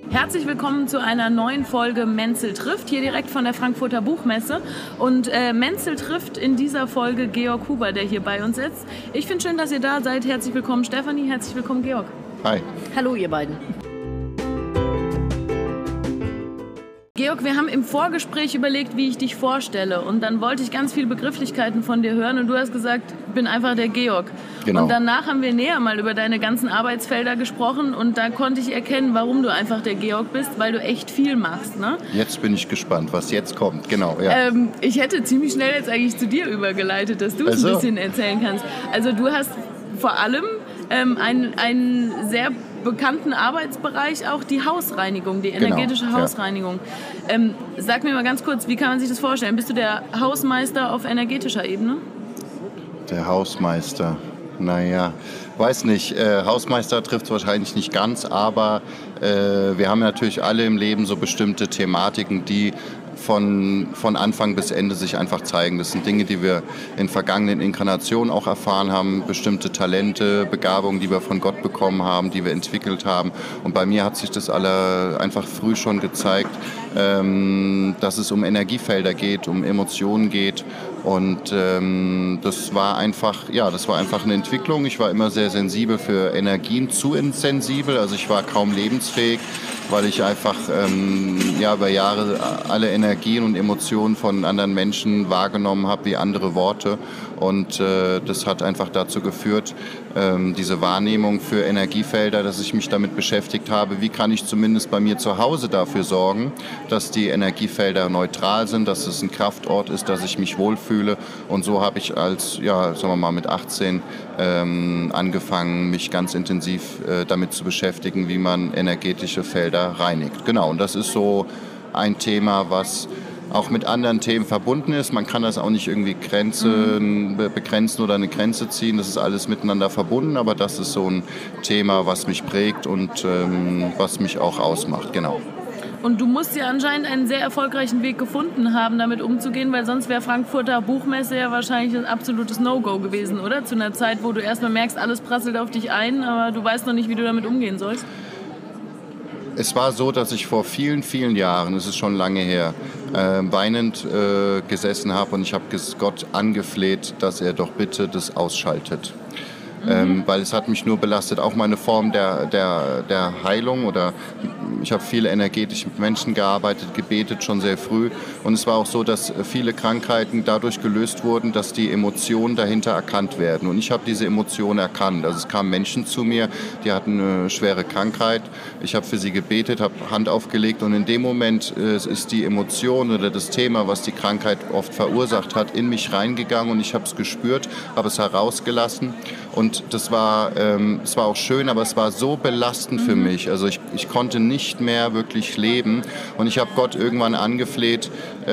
Herzlich willkommen zu einer neuen Folge Menzel trifft, hier direkt von der Frankfurter Buchmesse. Und Menzel trifft in dieser Folge Georg Huber, der hier bei uns sitzt. Ich finde schön, dass ihr da seid. Herzlich willkommen Stefanie, herzlich willkommen Georg. Hi. Hallo ihr beiden. Georg, wir haben im Vorgespräch überlegt, wie ich dich vorstelle. Und dann wollte ich ganz viele Begrifflichkeiten von dir hören. Und du hast gesagt, ich bin einfach der Georg. Genau. Und danach haben wir näher mal über deine ganzen Arbeitsfelder gesprochen. Und da konnte ich erkennen, warum du einfach der Georg bist, weil du echt viel machst. Ne? Jetzt bin ich gespannt, was jetzt kommt. Genau, ja. Ich hätte ziemlich schnell jetzt eigentlich zu dir übergeleitet, dass du es ein bisschen erzählen kannst. Also du hast vor allem einen sehr bekannten Arbeitsbereich, auch die Hausreinigung, die energetische Hausreinigung. Ja. Sag mir mal ganz kurz, wie kann man sich das vorstellen? Bist du der Hausmeister auf energetischer Ebene? Der Hausmeister, naja, weiß nicht. Hausmeister trifft es wahrscheinlich nicht ganz, aber wir haben natürlich alle im Leben so bestimmte Thematiken, die von Anfang bis Ende sich einfach zeigen. Das sind Dinge, die wir in vergangenen Inkarnationen auch erfahren haben, bestimmte Talente, Begabungen, die wir von Gott bekommen haben, die wir entwickelt haben. Und bei mir hat sich das alle einfach früh schon gezeigt, dass es um Energiefelder geht, um Emotionen geht. Und das war einfach eine Entwicklung. Ich war immer sehr sensibel für Energien, zu sensibel. Also ich war kaum lebensfähig, weil ich einfach über Jahre alle Energien und Emotionen von anderen Menschen wahrgenommen habe wie andere Worte. Und das hat einfach dazu geführt, diese Wahrnehmung für Energiefelder, dass ich mich damit beschäftigt habe, wie kann ich zumindest bei mir zu Hause dafür sorgen, dass die Energiefelder neutral sind, dass es ein Kraftort ist, dass ich mich wohlfühle. Und so habe ich mit 18 angefangen, mich ganz intensiv damit zu beschäftigen, wie man energetische Felder reinigt. Genau, und das ist so ein Thema, was auch mit anderen Themen verbunden ist. Man kann das auch nicht irgendwie begrenzen oder eine Grenze ziehen. Das ist alles miteinander verbunden, aber das ist so ein Thema, was mich prägt und was mich auch ausmacht. Genau. Und du musst ja anscheinend einen sehr erfolgreichen Weg gefunden haben, damit umzugehen, weil sonst wäre Frankfurter Buchmesse ja wahrscheinlich ein absolutes No-Go gewesen, oder? Zu einer Zeit, wo du erstmal merkst, alles prasselt auf dich ein, aber du weißt noch nicht, wie du damit umgehen sollst. Es war so, dass ich vor vielen, vielen Jahren, es ist schon lange her, weinend gesessen habe und ich habe Gott angefleht, dass er doch bitte das ausschaltet. Weil es hat mich nur belastet, auch meine Form der Heilung, oder ich habe viel energetisch mit Menschen gearbeitet, gebetet schon sehr früh, und es war auch so, dass viele Krankheiten dadurch gelöst wurden, dass die Emotionen dahinter erkannt werden, und ich habe diese Emotionen erkannt. Also es kamen Menschen zu mir, die hatten eine schwere Krankheit, ich habe für sie gebetet, habe Hand aufgelegt, und in dem Moment ist die Emotion oder das Thema, was die Krankheit oft verursacht hat, in mich reingegangen, und ich habe es gespürt, habe es herausgelassen. Und das war auch schön, aber es war so belastend für mich. Also ich konnte nicht mehr wirklich leben. Und ich habe Gott irgendwann angefleht,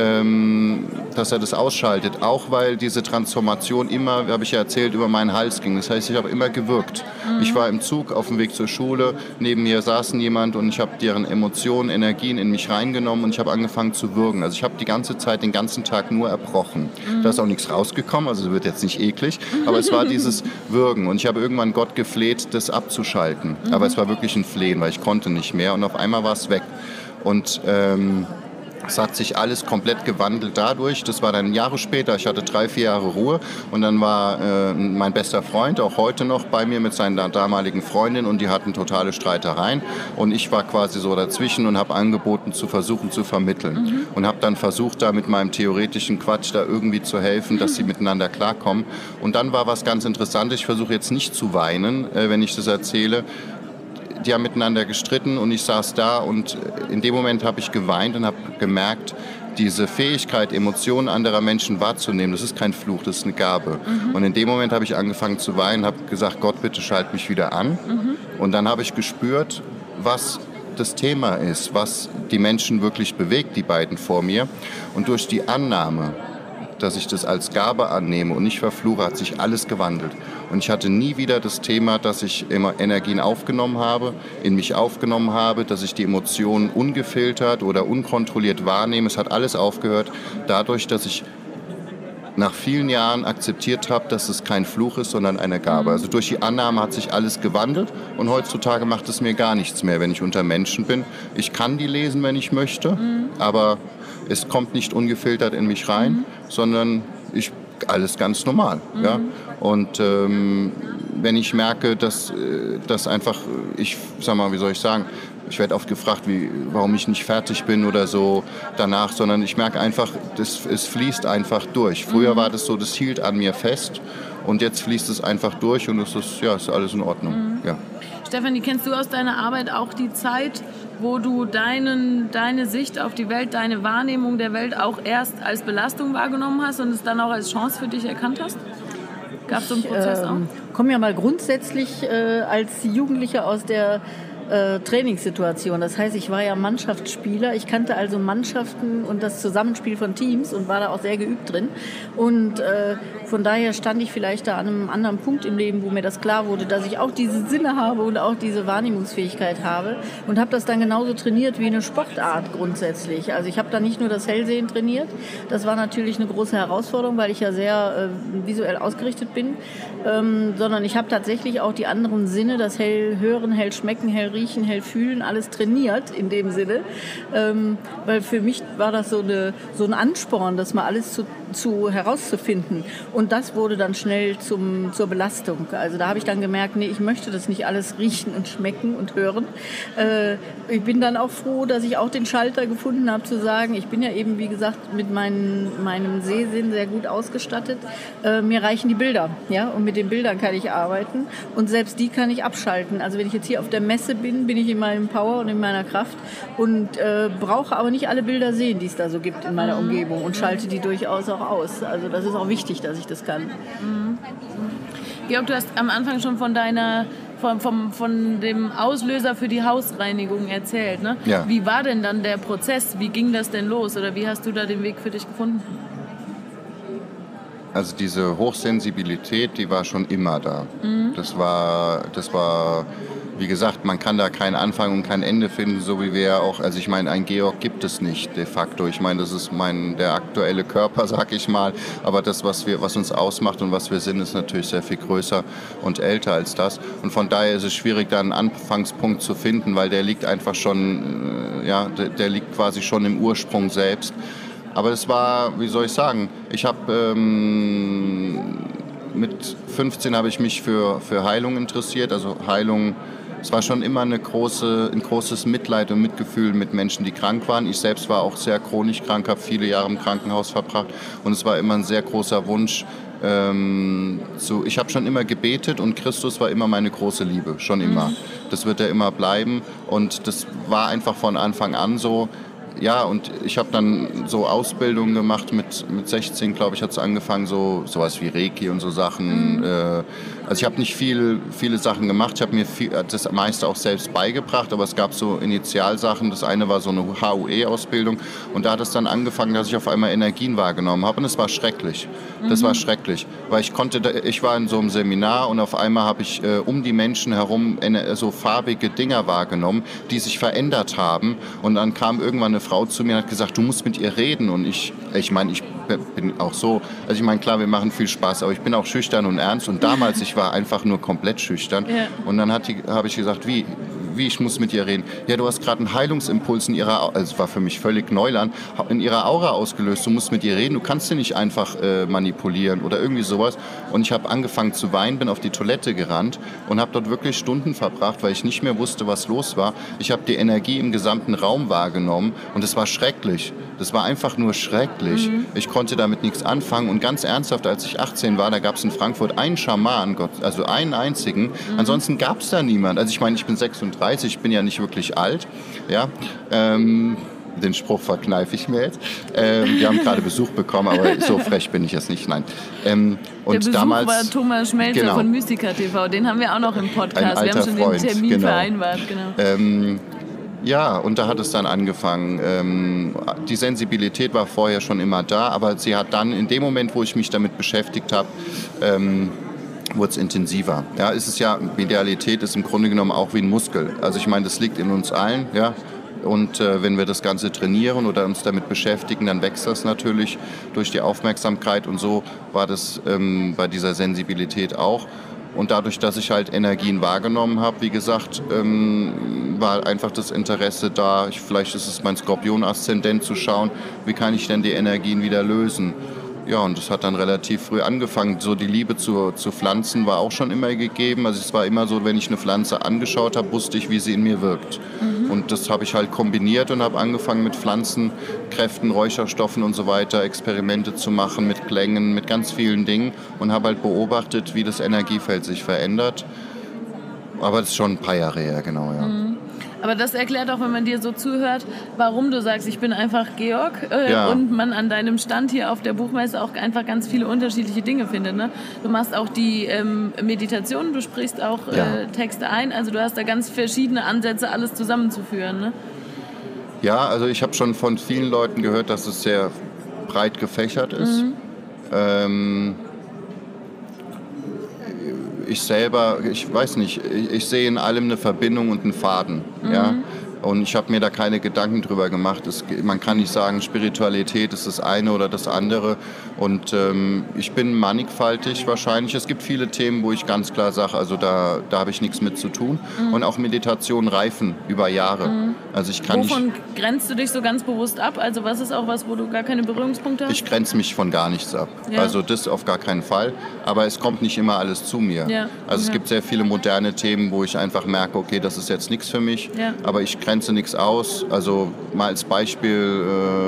dass er das ausschaltet. Auch weil diese Transformation immer, habe ich ja erzählt, über meinen Hals ging. Das heißt, ich habe immer gewirkt. Ich war im Zug auf dem Weg zur Schule. Neben mir saßen jemand und ich habe deren Emotionen, Energien in mich reingenommen und ich habe angefangen zu würgen. Also ich habe die ganze Zeit, den ganzen Tag nur erbrochen. Da ist auch nichts rausgekommen, also es wird jetzt nicht eklig. Aber es war dieses Würgen. Und ich habe irgendwann Gott gefleht, das abzuschalten. Aber es war wirklich ein Flehen, weil ich konnte nicht mehr. Und auf einmal war es weg. Und es hat sich alles komplett gewandelt dadurch. Das war dann Jahre später. Ich hatte 3-4 Jahre Ruhe. Und dann war mein bester Freund auch heute noch bei mir mit seiner damaligen Freundin. Und die hatten totale Streitereien. Und ich war quasi so dazwischen und habe angeboten, zu versuchen zu vermitteln. Und habe dann versucht, da mit meinem theoretischen Quatsch da irgendwie zu helfen, dass sie miteinander klarkommen. Und dann war was ganz Interessantes. Ich versuche jetzt nicht zu weinen, wenn ich das erzähle. Die haben miteinander gestritten und ich saß da, und in dem Moment habe ich geweint und habe gemerkt, diese Fähigkeit, Emotionen anderer Menschen wahrzunehmen, das ist kein Fluch, das ist eine Gabe. Und in dem Moment habe ich angefangen zu weinen, habe gesagt, Gott, bitte schalt mich wieder an. Und dann habe ich gespürt, was das Thema ist, was die Menschen wirklich bewegt, die beiden vor mir. Und durch die Annahme, dass ich das als Gabe annehme und nicht verfluche, hat sich alles gewandelt. Und ich hatte nie wieder das Thema, dass ich immer Energien aufgenommen habe, in mich aufgenommen habe, dass ich die Emotionen ungefiltert oder unkontrolliert wahrnehme. Es hat alles aufgehört, dadurch, dass ich nach vielen Jahren akzeptiert habe, dass es kein Fluch ist, sondern eine Gabe. Also durch die Annahme hat sich alles gewandelt und heutzutage macht es mir gar nichts mehr, wenn ich unter Menschen bin. Ich kann die lesen, wenn ich möchte, aber es kommt nicht ungefiltert in mich rein, sondern alles ganz normal. Ja? Und wenn ich merke, dass einfach, ich sag mal, wie soll ich sagen, ich werde oft gefragt, warum ich nicht fertig bin oder so danach, sondern ich merke einfach, es fließt einfach durch. Früher war das so, das hielt an mir fest und jetzt fließt es einfach durch und es ist alles in Ordnung. Ja. Stefanie, kennst du aus deiner Arbeit auch die Zeit, wo du deine Sicht auf die Welt, deine Wahrnehmung der Welt auch erst als Belastung wahrgenommen hast und es dann auch als Chance für dich erkannt hast? Gab es so einen Prozess auch? Ich komme ja mal grundsätzlich als Jugendliche aus der Trainingssituation. Das heißt, ich war ja Mannschaftsspieler. Ich kannte also Mannschaften und das Zusammenspiel von Teams und war da auch sehr geübt drin. Und von daher stand ich vielleicht da an einem anderen Punkt im Leben, wo mir das klar wurde, dass ich auch diese Sinne habe und auch diese Wahrnehmungsfähigkeit habe und habe das dann genauso trainiert wie eine Sportart grundsätzlich. Also ich habe da nicht nur das Hellsehen trainiert. Das war natürlich eine große Herausforderung, weil ich ja sehr visuell ausgerichtet bin, sondern ich habe tatsächlich auch die anderen Sinne, das Hellhören, Hellschmecken, Hellriechen, Hellfühlen, alles trainiert in dem Sinne, weil für mich war das so ein Ansporn, das mal alles herauszufinden. Und das wurde dann schnell zur Belastung. Also da habe ich dann gemerkt, nee, ich möchte das nicht alles riechen und schmecken und hören. Ich bin dann auch froh, dass ich auch den Schalter gefunden habe, zu sagen, ich bin ja eben, wie gesagt, mit meinem Sehsinn sehr gut ausgestattet. Mir reichen die Bilder, ja, und mit den Bildern kann ich arbeiten und selbst die kann ich abschalten. Also wenn ich jetzt hier auf der Messe bin ich in meinem Power und in meiner Kraft und brauche aber nicht alle Bilder sehen, die es da so gibt in meiner Umgebung und schalte die durchaus auch aus. Also das ist auch wichtig, dass ich das kann. Georg, du hast am Anfang schon von dem Auslöser für die Hausreinigung erzählt. Ne? Ja. Wie war denn dann der Prozess? Wie ging das denn los? Oder wie hast du da den Weg für dich gefunden? Also diese Hochsensibilität, die war schon immer da. Das war, wie gesagt, man kann da keinen Anfang und kein Ende finden, so wie wir ja auch, also ich meine, ein Georg gibt es nicht de facto. Ich meine, das ist der aktuelle Körper, sag ich mal, aber das, was uns ausmacht und was wir sind, ist natürlich sehr viel größer und älter als das. Und von daher ist es schwierig, da einen Anfangspunkt zu finden, weil der liegt einfach schon, der liegt quasi schon im Ursprung selbst. Aber es war, wie soll ich sagen, ich habe mit 15 habe ich mich für Heilung interessiert, also Heilung. Es war schon immer ein großes Mitleid und Mitgefühl mit Menschen, die krank waren. Ich selbst war auch sehr chronisch krank, habe viele Jahre im Krankenhaus verbracht und es war immer ein sehr großer Wunsch. Ich habe schon immer gebetet und Christus war immer meine große Liebe, schon immer. Das wird er immer bleiben und das war einfach von Anfang an so. Ja, und ich habe dann so Ausbildungen gemacht, mit 16, glaube ich, hat es angefangen, sowas wie Reiki und so Sachen. Also ich habe nicht viele Sachen gemacht, ich habe mir das meiste auch selbst beigebracht, aber es gab so Initialsachen. Das eine war so eine HUE-Ausbildung und da hat es dann angefangen, dass ich auf einmal Energien wahrgenommen habe und es war schrecklich. Das war schrecklich, weil ich war in so einem Seminar und auf einmal habe ich um die Menschen herum so farbige Dinger wahrgenommen, die sich verändert haben und dann kam irgendwann eine Frau zu mir und hat gesagt, du musst mit ihr reden und ich bin auch so, also ich meine, klar, wir machen viel Spaß, aber ich bin auch schüchtern und ernst und damals, ich war einfach nur komplett schüchtern und dann habe ich gesagt, wie ich muss mit ihr reden. Ja, du hast gerade einen Heilungsimpuls also es war für mich völlig Neuland, in ihrer Aura ausgelöst, du musst mit ihr reden, du kannst sie nicht einfach manipulieren oder irgendwie sowas und ich habe angefangen zu weinen, bin auf die Toilette gerannt und habe dort wirklich Stunden verbracht, weil ich nicht mehr wusste, was los war. Ich habe die Energie im gesamten Raum wahrgenommen und es war schrecklich. Das war einfach nur schrecklich. Ich konnte damit nichts anfangen und ganz ernsthaft, als ich 18 war, da gab es in Frankfurt einen Schaman, also einen einzigen. Ansonsten gab es da niemand. Also ich meine, ich bin 36, ich bin ja nicht wirklich alt. Ja, den Spruch verkneife ich mir jetzt. Wir haben gerade Besuch bekommen, aber so frech bin ich jetzt nicht. Nein. Und der Besuch damals war Thomas Schmelzer von Mystica TV. Den haben wir auch noch im Podcast. Wir haben schon Freund, den Termin vereinbart. Genau. Ja, und da hat es dann angefangen. Die Sensibilität war vorher schon immer da, aber sie hat dann in dem Moment, wo ich mich damit beschäftigt habe, wurde es intensiver. Ja, Medialität ist im Grunde genommen auch wie ein Muskel. Also ich meine, das liegt in uns allen. Ja. Und wenn wir das Ganze trainieren oder uns damit beschäftigen, dann wächst das natürlich durch die Aufmerksamkeit. Und so war das bei dieser Sensibilität auch. Und dadurch, dass ich halt Energien wahrgenommen habe, wie gesagt, war einfach das Interesse da. Vielleicht ist es mein Skorpion-Aszendent zu schauen, wie kann ich denn die Energien wieder lösen. Ja, und das hat dann relativ früh angefangen. So die Liebe zu Pflanzen war auch schon immer gegeben. Also es war immer so, wenn ich eine Pflanze angeschaut habe, wusste ich, wie sie in mir wirkt. Und das habe ich halt kombiniert und habe angefangen mit Pflanzenkräften, Räucherstoffen und so weiter, Experimente zu machen mit Klängen, mit ganz vielen Dingen und habe halt beobachtet, wie das Energiefeld sich verändert. Aber das ist schon ein paar Jahre her, genau, ja. Aber das erklärt auch, wenn man dir so zuhört, warum du sagst, ich bin einfach Georg und man an deinem Stand hier auf der Buchmesse auch einfach ganz viele unterschiedliche Dinge findet. Ne? Du machst auch die Meditationen, du sprichst auch Texte ein, also du hast da ganz verschiedene Ansätze, alles zusammenzuführen. Ne? Ja, also ich habe schon von vielen Leuten gehört, dass es sehr breit gefächert ist. Ich selber, ich weiß nicht, ich sehe in allem eine Verbindung und einen Faden. Ja? Und ich habe mir da keine Gedanken drüber gemacht. Man kann nicht sagen, Spiritualität ist das eine oder das andere. Und ich bin mannigfaltig wahrscheinlich. Es gibt viele Themen, wo ich ganz klar sage, also da habe ich nichts mit zu tun. Und auch Meditationen reifen über Jahre. Also ich kann Wovon grenzt du dich so ganz bewusst ab? Also was ist auch was, wo du gar keine Berührungspunkte hast? Ich grenze mich von gar nichts ab. Ja. Also das auf gar keinen Fall. Aber es kommt nicht immer alles zu mir. Ja. Also es gibt sehr viele moderne Themen, wo ich einfach merke, okay, das ist jetzt nichts für mich. Ja. Aber ich grenze nichts aus. Also mal als Beispiel,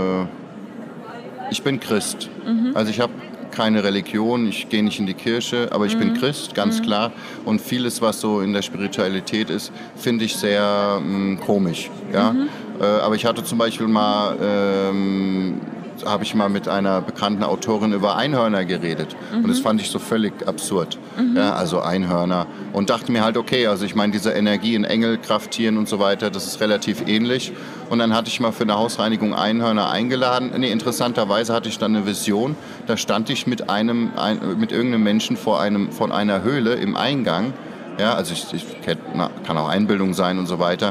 ich bin Christ. Also ich habe keine Religion, ich gehe nicht in die Kirche, aber ich bin Christ, ganz klar. Und vieles, was so in der Spiritualität ist, finde ich sehr komisch. Ja? Aber ich hatte zum Beispiel mal habe ich mal mit einer bekannten Autorin über Einhörner geredet. Und das fand ich so völlig absurd. Ja, also Einhörner. Und dachte mir halt, okay, also ich meine, diese Energie in Engel, Krafttieren und so weiter, das ist relativ ähnlich. Und dann hatte ich mal für eine Hausreinigung Einhörner eingeladen. Nee, interessanterweise hatte ich dann eine Vision. Da stand ich mit irgendeinem Menschen von einer Höhle im Eingang. Ja, also kann auch Einbildung sein und so weiter.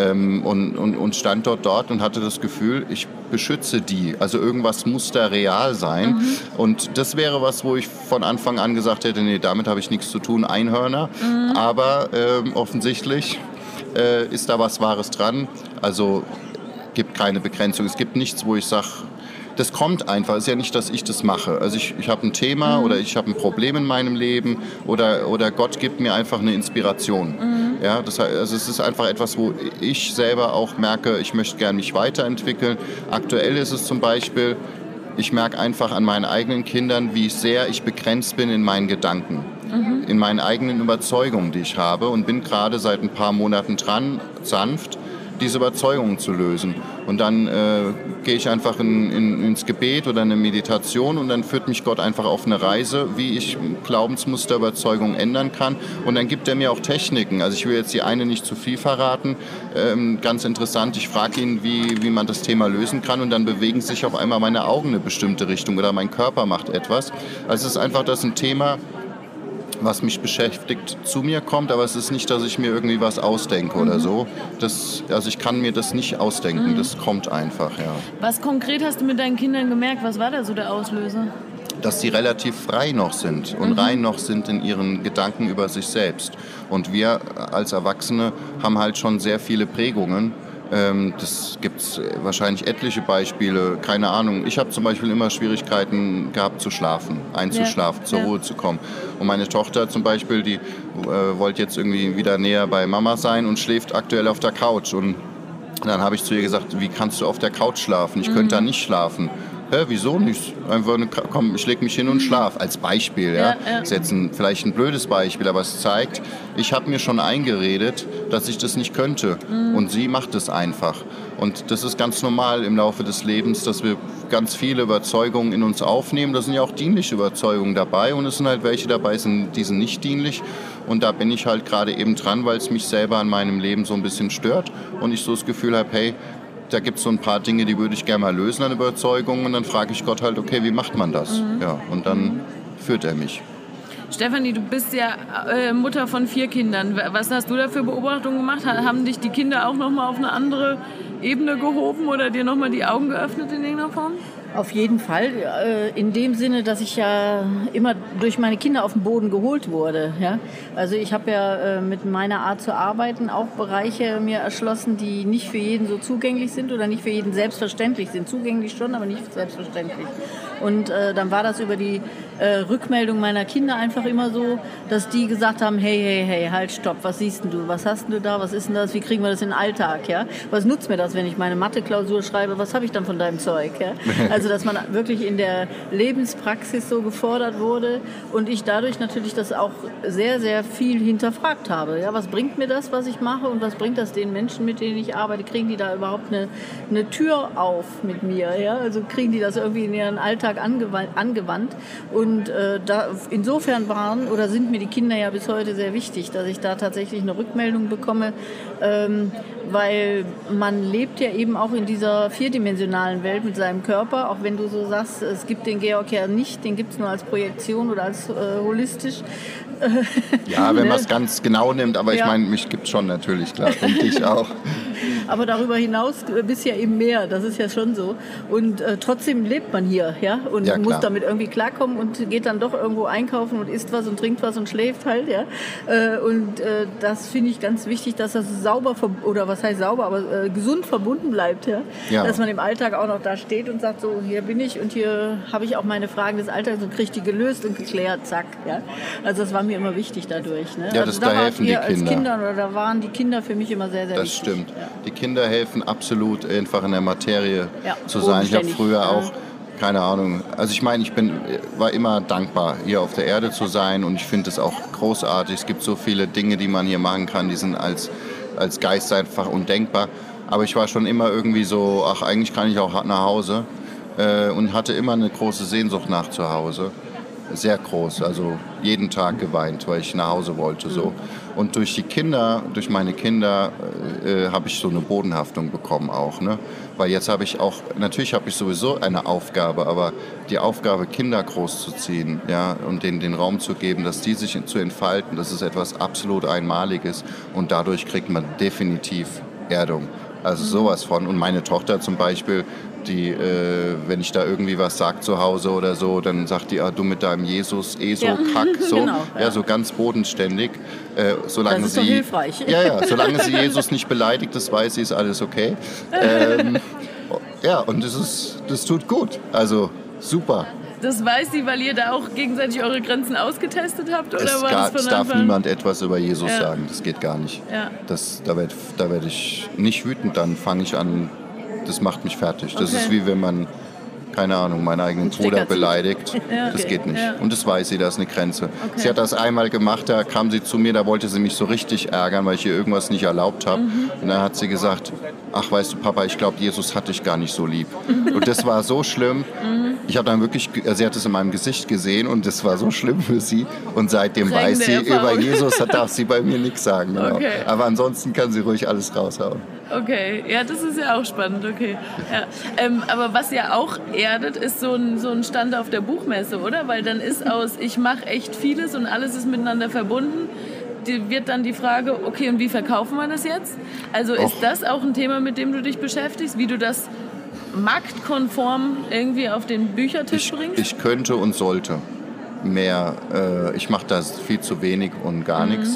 Und stand dort und hatte das Gefühl, ich beschütze die. Also irgendwas muss da real sein. Und das wäre was, wo ich von Anfang an gesagt hätte, nee, damit habe ich nichts zu tun, Einhörner. Aber offensichtlich ist da was Wahres dran. Also gibt keine Begrenzung. Es gibt nichts, wo ich sage, das kommt einfach. Es ist ja nicht, dass ich das mache. Also ich habe ein Thema oder ich habe ein Problem in meinem Leben oder Gott gibt mir einfach eine Inspiration. Ja, also es ist einfach etwas, wo ich selber auch merke, ich möchte gerne mich weiterentwickeln. Aktuell ist es zum Beispiel, ich merke einfach an meinen eigenen Kindern, wie sehr ich begrenzt bin in meinen Gedanken, in meinen eigenen Überzeugungen, die ich habe und bin gerade seit ein paar Monaten dran, sanft, diese Überzeugungen zu lösen. Und dann gehe ich einfach ins Gebet oder eine Meditation und dann führt mich Gott einfach auf eine Reise, wie ich Glaubensmuster, Überzeugungen ändern kann. Und dann gibt er mir auch Techniken. Also ich will jetzt die eine nicht zu viel verraten. Ganz interessant, ich frage ihn, wie man das Thema lösen kann und dann bewegen sich auf einmal meine Augen in eine bestimmte Richtung oder mein Körper macht etwas. Also es ist einfach das ein Thema, was mich beschäftigt, zu mir kommt, aber es ist nicht, dass ich mir irgendwie was ausdenke oder so. Also ich kann mir das nicht ausdenken, das kommt einfach, ja. Was konkret hast du mit deinen Kindern gemerkt? Was war da so der Auslöser? Dass sie relativ frei noch sind und rein noch sind in ihren Gedanken über sich selbst. Und wir als Erwachsene haben halt schon sehr viele Prägungen. Das gibt es wahrscheinlich etliche Beispiele, keine Ahnung. Ich habe zum Beispiel immer Schwierigkeiten gehabt zu schlafen, einzuschlafen, zur Ruhe zu kommen. Und meine Tochter zum Beispiel, die wollte jetzt irgendwie wieder näher bei Mama sein und schläft aktuell auf der Couch. Und dann habe ich zu ihr gesagt, wie kannst du auf der Couch schlafen? Ich könnte da nicht schlafen. Wieso nicht? Einfach, komm, ich leg mich hin und schlaf. Als Beispiel, ja. Das ist jetzt vielleicht ein blödes Beispiel, aber es zeigt, ich habe mir schon eingeredet, dass ich das nicht könnte. Und sie macht es einfach. Und das ist ganz normal im Laufe des Lebens, dass wir ganz viele Überzeugungen in uns aufnehmen. Da sind ja auch dienliche Überzeugungen dabei und es sind halt welche dabei, die sind nicht dienlich. Und da bin ich halt gerade eben dran, weil es mich selber in meinem Leben so ein bisschen stört und ich so das Gefühl habe, hey, da gibt es so ein paar Dinge, die würde ich gerne mal lösen an Überzeugungen. Und dann frage ich Gott halt, okay, wie macht man das? Ja, und dann führt er mich. Stefanie, du bist ja Mutter von 4 Kindern. Was hast du da für Beobachtungen gemacht? Haben dich die Kinder auch nochmal auf eine andere Ebene gehoben oder dir nochmal die Augen geöffnet in irgendeiner Form? Auf jeden Fall, in dem Sinne, dass ich ja immer durch meine Kinder auf den Boden geholt wurde. Ja? Also ich habe ja mit meiner Art zu arbeiten auch Bereiche mir erschlossen, die nicht für jeden so zugänglich sind oder nicht für jeden selbstverständlich sind. Zugänglich schon, aber nicht selbstverständlich. Und dann war das über die Rückmeldung meiner Kinder einfach immer so, dass die gesagt haben, hey, halt, stopp, was siehst denn du, was hast denn du da, was ist denn das, wie kriegen wir das in den Alltag, ja? Was nutzt mir das, wenn ich meine Mathe-Klausur schreibe, was habe ich dann von deinem Zeug, ja? Also, dass man wirklich in der Lebenspraxis so gefordert wurde und ich dadurch natürlich das auch sehr, sehr viel hinterfragt habe, ja? Was bringt mir das, was ich mache und was bringt das den Menschen, mit denen ich arbeite, kriegen die da überhaupt eine Tür auf mit mir, ja? Also kriegen die das irgendwie in ihren Alltag angewandt und insofern waren oder sind mir die Kinder ja bis heute sehr wichtig, dass ich da tatsächlich eine Rückmeldung bekomme, weil man lebt ja eben auch in dieser vierdimensionalen Welt mit seinem Körper, auch wenn du so sagst, es gibt den Georg ja nicht, den gibt es nur als Projektion oder als holistisch. Ja, wenn man es ganz genau nimmt, aber ich meine, mich gibt es schon natürlich, klar, und dich auch. Aber darüber hinaus bist ja eben mehr, das ist ja schon so. Und trotzdem lebt man hier, ja, und muss damit irgendwie klarkommen und geht dann doch irgendwo einkaufen und isst was und trinkt was und schläft halt, ja. Und das finde ich ganz wichtig, dass das sauber, oder was heißt sauber, aber gesund verbunden bleibt, ja. Dass man im Alltag auch noch da steht und sagt, so, hier bin ich und hier habe ich auch meine Fragen des Alltags und kriege die gelöst und geklärt, zack, ja. Also das war mir immer wichtig dadurch, ne? Ja, also da helfen die Kinder. Oder da waren die Kinder für mich immer sehr, sehr wichtig. Das stimmt. Ja. Die Kinder helfen absolut, einfach in der Materie zu sein. Ich habe früher auch, keine Ahnung, also ich meine, war immer dankbar, hier auf der Erde zu sein und ich finde es auch großartig. Es gibt so viele Dinge, die man hier machen kann, die sind als Geist einfach undenkbar. Aber ich war schon immer irgendwie so, ach, eigentlich kann ich auch nach Hause und hatte immer eine große Sehnsucht nach zu Hause. Sehr groß, also jeden Tag geweint, weil ich nach Hause wollte. So. Und durch meine Kinder habe ich so eine Bodenhaftung bekommen auch. Ne? Weil jetzt natürlich habe ich sowieso eine Aufgabe, aber die Aufgabe, Kinder großzuziehen, ja, und denen den Raum zu geben, dass die sich zu entfalten, das ist etwas absolut Einmaliges und dadurch kriegt man definitiv Erdung. Also sowas von. Und meine Tochter zum Beispiel, die, wenn ich da irgendwie was sage zu Hause oder so, dann sagt die, du mit deinem Jesus, so kack, so, genau, so ganz bodenständig. Solange das ist doch hilfreich. Solange sie Jesus nicht beleidigt, das weiß sie, ist alles okay. Und das tut gut. Also super. Das weiß sie, weil ihr da auch gegenseitig eure Grenzen ausgetestet habt? Oder Es darf niemand etwas über Jesus sagen, das geht gar nicht. Ja. Da werd ich nicht wütend, dann fange ich an, das macht mich fertig. Das ist wie wenn man, keine Ahnung, meinen eigenen Bruder beleidigt. Das geht nicht. Und das weiß sie, da ist eine Grenze. Okay. Sie hat das einmal gemacht, da kam sie zu mir, da wollte sie mich so richtig ärgern, weil ich ihr irgendwas nicht erlaubt habe. Und dann hat sie gesagt, ach, weißt du, Papa, ich glaube, Jesus hat dich gar nicht so lieb. Und das war so schlimm. Ich habe dann wirklich, sie hat es in meinem Gesicht gesehen und das war so schlimm für sie. Und seitdem weiß sie, über Jesus darf sie bei mir nichts sagen. Genau. Okay. Aber ansonsten kann sie ruhig alles raushauen. Okay, ja, das ist ja auch spannend, okay. Ja. Aber was ja auch erdet, ist so ein Stand auf der Buchmesse, oder? Weil dann ist ich mache echt vieles und alles ist miteinander verbunden, wird dann die Frage, okay, und wie verkaufen wir das jetzt? Also ist das auch ein Thema, mit dem du dich beschäftigst, wie du das marktkonform irgendwie auf den Büchertisch bringst? Ich könnte und sollte mehr. Ich mache das viel zu wenig und gar nichts.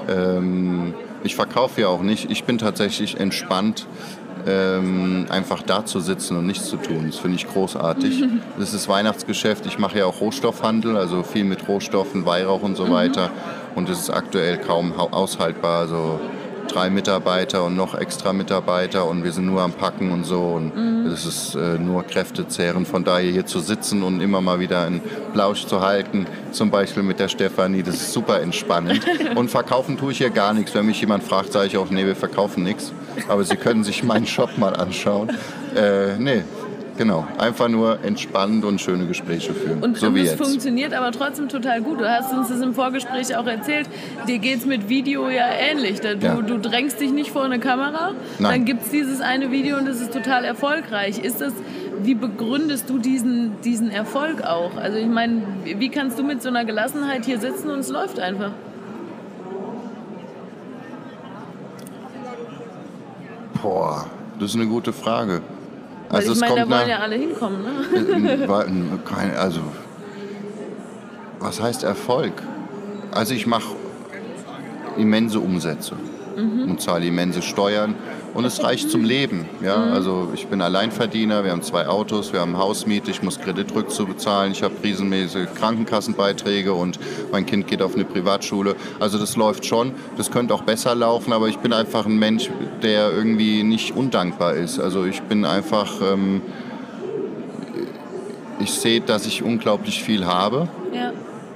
Ich verkaufe ja auch nicht. Ich bin tatsächlich entspannt, einfach da zu sitzen und nichts zu tun. Das finde ich großartig. Das ist Weihnachtsgeschäft. Ich mache ja auch Rohstoffhandel, also viel mit Rohstoffen, Weihrauch und so weiter. Und das ist aktuell kaum aushaltbar. Also 3 Mitarbeiter und noch extra Mitarbeiter und wir sind nur am Packen und so. Und das ist nur kräftezehrend. Von daher hier zu sitzen und immer mal wieder einen Plausch zu halten, zum Beispiel mit der Stefanie, das ist super entspannend. Und verkaufen tue ich hier gar nichts. Wenn mich jemand fragt, sage ich auch, nee, wir verkaufen nichts. Aber Sie können sich meinen Shop mal anschauen. Nee. Genau, einfach nur entspannend und schöne Gespräche führen. Und so wie es jetzt. Funktioniert aber trotzdem total gut. Du hast uns das im Vorgespräch auch erzählt. Dir geht es mit Video ja ähnlich. Du drängst dich nicht vor eine Kamera. Nein. Dann gibt es dieses eine Video und das ist total erfolgreich. Wie begründest du diesen Erfolg auch? Also ich meine, wie kannst du mit so einer Gelassenheit hier sitzen und es läuft einfach? Boah. Das ist eine gute Frage. Also ich meine, da wollen ja alle hinkommen, ne? Also, was heißt Erfolg? Also ich mache immense Umsätze und zahle immense Steuern und es reicht zum Leben. Ja? Also ich bin Alleinverdiener, wir haben 2 Autos, wir haben Hausmiete, ich muss Kredit zurückzubezahlen, ich habe riesenmäßige Krankenkassenbeiträge und mein Kind geht auf eine Privatschule. Also das läuft schon, das könnte auch besser laufen, aber ich bin einfach ein Mensch, der irgendwie nicht undankbar ist. Also ich bin einfach, ich sehe, dass ich unglaublich viel habe. Ja.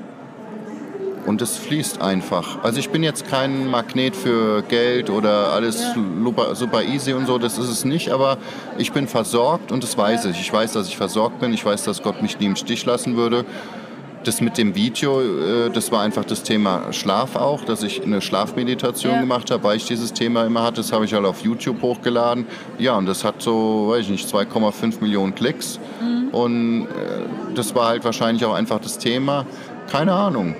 Und es fließt einfach. Also ich bin jetzt kein Magnet für Geld oder alles super easy und so, das ist es nicht, aber ich bin versorgt und das weiß ich. Ich weiß, dass ich versorgt bin, ich weiß, dass Gott mich nie im Stich lassen würde. Das mit dem Video, das war einfach das Thema Schlaf auch, dass ich eine Schlafmeditation gemacht habe, weil ich dieses Thema immer hatte. Das habe ich halt auf YouTube hochgeladen. Ja, und das hat so, weiß ich nicht, 2,5 Millionen Klicks. Und das war halt wahrscheinlich auch einfach das Thema. Keine Ahnung.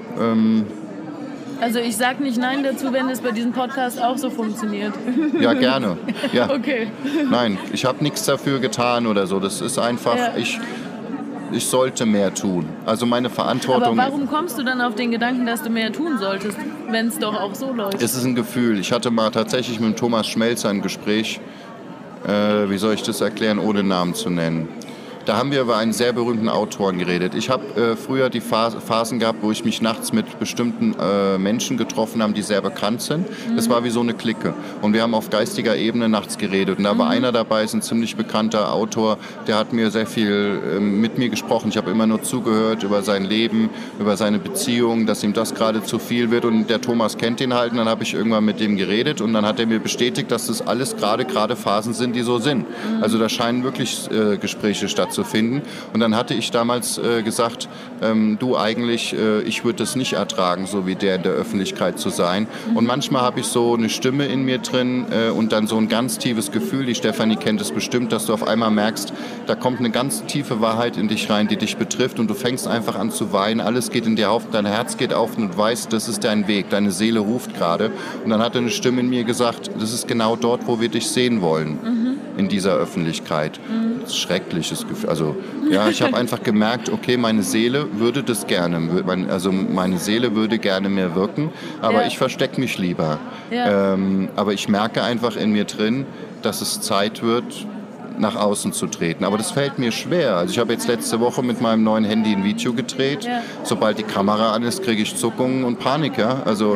Also ich sag nicht nein dazu, wenn es bei diesem Podcast auch so funktioniert. Ja, gerne. Ja. Okay. Nein, ich habe nichts dafür getan oder so. Das ist einfach, ich sollte mehr tun. Also meine Verantwortung... Aber warum kommst du dann auf den Gedanken, dass du mehr tun solltest, wenn es doch auch so läuft? Es ist ein Gefühl. Ich hatte mal tatsächlich mit Thomas Schmelzer ein Gespräch, wie soll ich das erklären, ohne Namen zu nennen. Da haben wir über einen sehr berühmten Autoren geredet. Ich habe früher die Phasen gehabt, wo ich mich nachts mit bestimmten Menschen getroffen habe, die sehr bekannt sind. Das war wie so eine Clique. Und wir haben auf geistiger Ebene nachts geredet. Und da war einer dabei, ist ein ziemlich bekannter Autor, der hat mir sehr viel mit mir gesprochen. Ich habe immer nur zugehört über sein Leben, über seine Beziehung, dass ihm das gerade zu viel wird. Und der Thomas kennt ihn halt. Und dann habe ich irgendwann mit dem geredet. Und dann hat er mir bestätigt, dass das alles gerade Phasen sind, die so sind. Also da scheinen wirklich Gespräche stattzufinden. Und dann hatte ich damals gesagt, du eigentlich, ich würde das nicht ertragen, so wie der in der Öffentlichkeit zu sein. Und manchmal habe ich so eine Stimme in mir drin und dann so ein ganz tiefes Gefühl, die Stefanie kennt es bestimmt, dass du auf einmal merkst, da kommt eine ganz tiefe Wahrheit in dich rein, die dich betrifft und du fängst einfach an zu weinen, alles geht in dir auf, dein Herz geht auf und du weißt, das ist dein Weg, deine Seele ruft gerade. Und dann hat eine Stimme in mir gesagt, das ist genau dort, wo wir dich sehen wollen, in dieser Öffentlichkeit. Das ist ein schreckliches Gefühl. Also ja, ich habe einfach gemerkt, okay, meine Seele würde das gerne, meine Seele würde gerne mehr wirken, aber ich verstecke mich lieber. Ja. Aber ich merke einfach in mir drin, dass es Zeit wird, nach außen zu treten. Aber das fällt mir schwer. Also ich habe jetzt letzte Woche mit meinem neuen Handy ein Video gedreht. Ja. Sobald die Kamera an ist, kriege ich Zuckungen und Panik. Ja? Also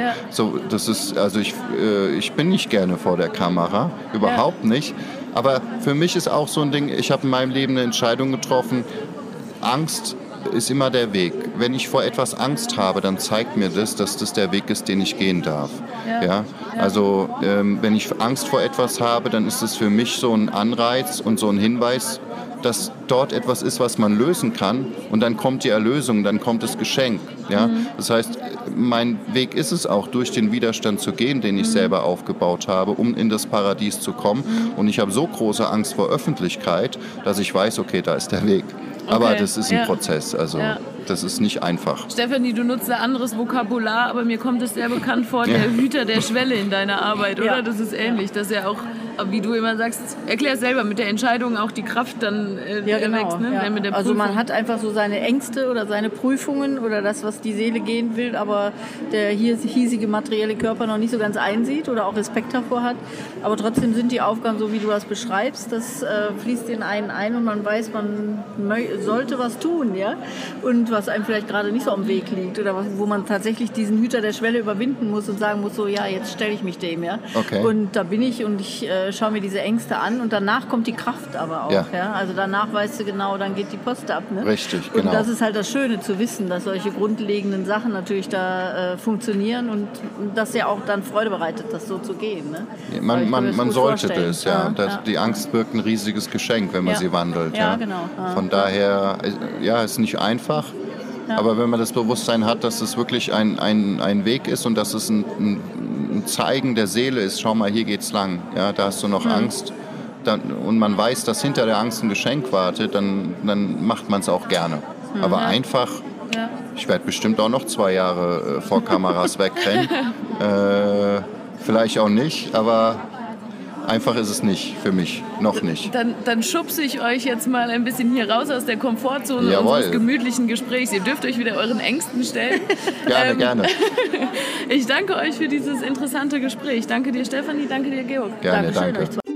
ich bin nicht gerne vor der Kamera, überhaupt nicht. Aber für mich ist auch so ein Ding, ich habe in meinem Leben eine Entscheidung getroffen, Angst ist immer der Weg. Wenn ich vor etwas Angst habe, dann zeigt mir das, dass das der Weg ist, den ich gehen darf. Ja? Also wenn ich Angst vor etwas habe, dann ist es für mich so ein Anreiz und so ein Hinweis, dass dort etwas ist, was man lösen kann und dann kommt die Erlösung, dann kommt das Geschenk. Ja? Das heißt, mein Weg ist es auch, durch den Widerstand zu gehen, den ich selber aufgebaut habe, um in das Paradies zu kommen. Und ich habe so große Angst vor Öffentlichkeit, dass ich weiß, okay, da ist der Weg. Aber das ist ein Prozess, also das ist nicht einfach. Stefanie, du nutzt ein anderes Vokabular, aber mir kommt es sehr bekannt vor, der Hüter der Schwelle in deiner Arbeit, oder? Das ist ähnlich, dass ja auch, wie du immer sagst, erklär selber, mit der Entscheidung auch die Kraft dann wächst, ne? Ja. Mit der also man hat einfach so seine Ängste oder seine Prüfungen oder das, was die Seele gehen will, aber der hiesige materielle Körper noch nicht so ganz einsieht oder auch Respekt davor hat. Aber trotzdem sind die Aufgaben, so wie du das beschreibst, das fließt in einen ein und man weiß, man sollte was tun, ja, und was einem vielleicht gerade nicht so am Weg liegt oder wo man tatsächlich diesen Hüter der Schwelle überwinden muss und sagen muss, so, ja, jetzt stelle ich mich dem, ja. Okay. Und da bin ich und ich schaue mir diese Ängste an und danach kommt die Kraft aber auch, ja. Also danach weißt du genau, dann geht die Post ab, ne? Richtig, genau. Und das ist halt das Schöne zu wissen, dass solche grundlegenden Sachen natürlich da funktionieren und das ja auch dann Freude bereitet, das so zu gehen, ne? Ja, man sollte das, ja. Die Angst birgt ein riesiges Geschenk, wenn man sie wandelt. Ja, genau. Von daher, ist nicht einfach, aber wenn man das Bewusstsein hat, dass es wirklich ein Weg ist und dass es ein Zeigen der Seele ist, schau mal, hier geht's lang, ja, da hast du noch Angst und man weiß, dass hinter der Angst ein Geschenk wartet, dann macht man es auch gerne. Aber einfach, ich werde bestimmt auch noch 2 Jahre vor Kameras wegrennen, vielleicht auch nicht, aber Einfach ist es nicht für mich, noch nicht. Dann schubse ich euch jetzt mal ein bisschen hier raus aus der Komfortzone unseres gemütlichen Gesprächs. Ihr dürft euch wieder euren Ängsten stellen. Gerne. Ich danke euch für dieses interessante Gespräch. Danke dir, Stefanie, danke dir, Georg. Gerne, danke.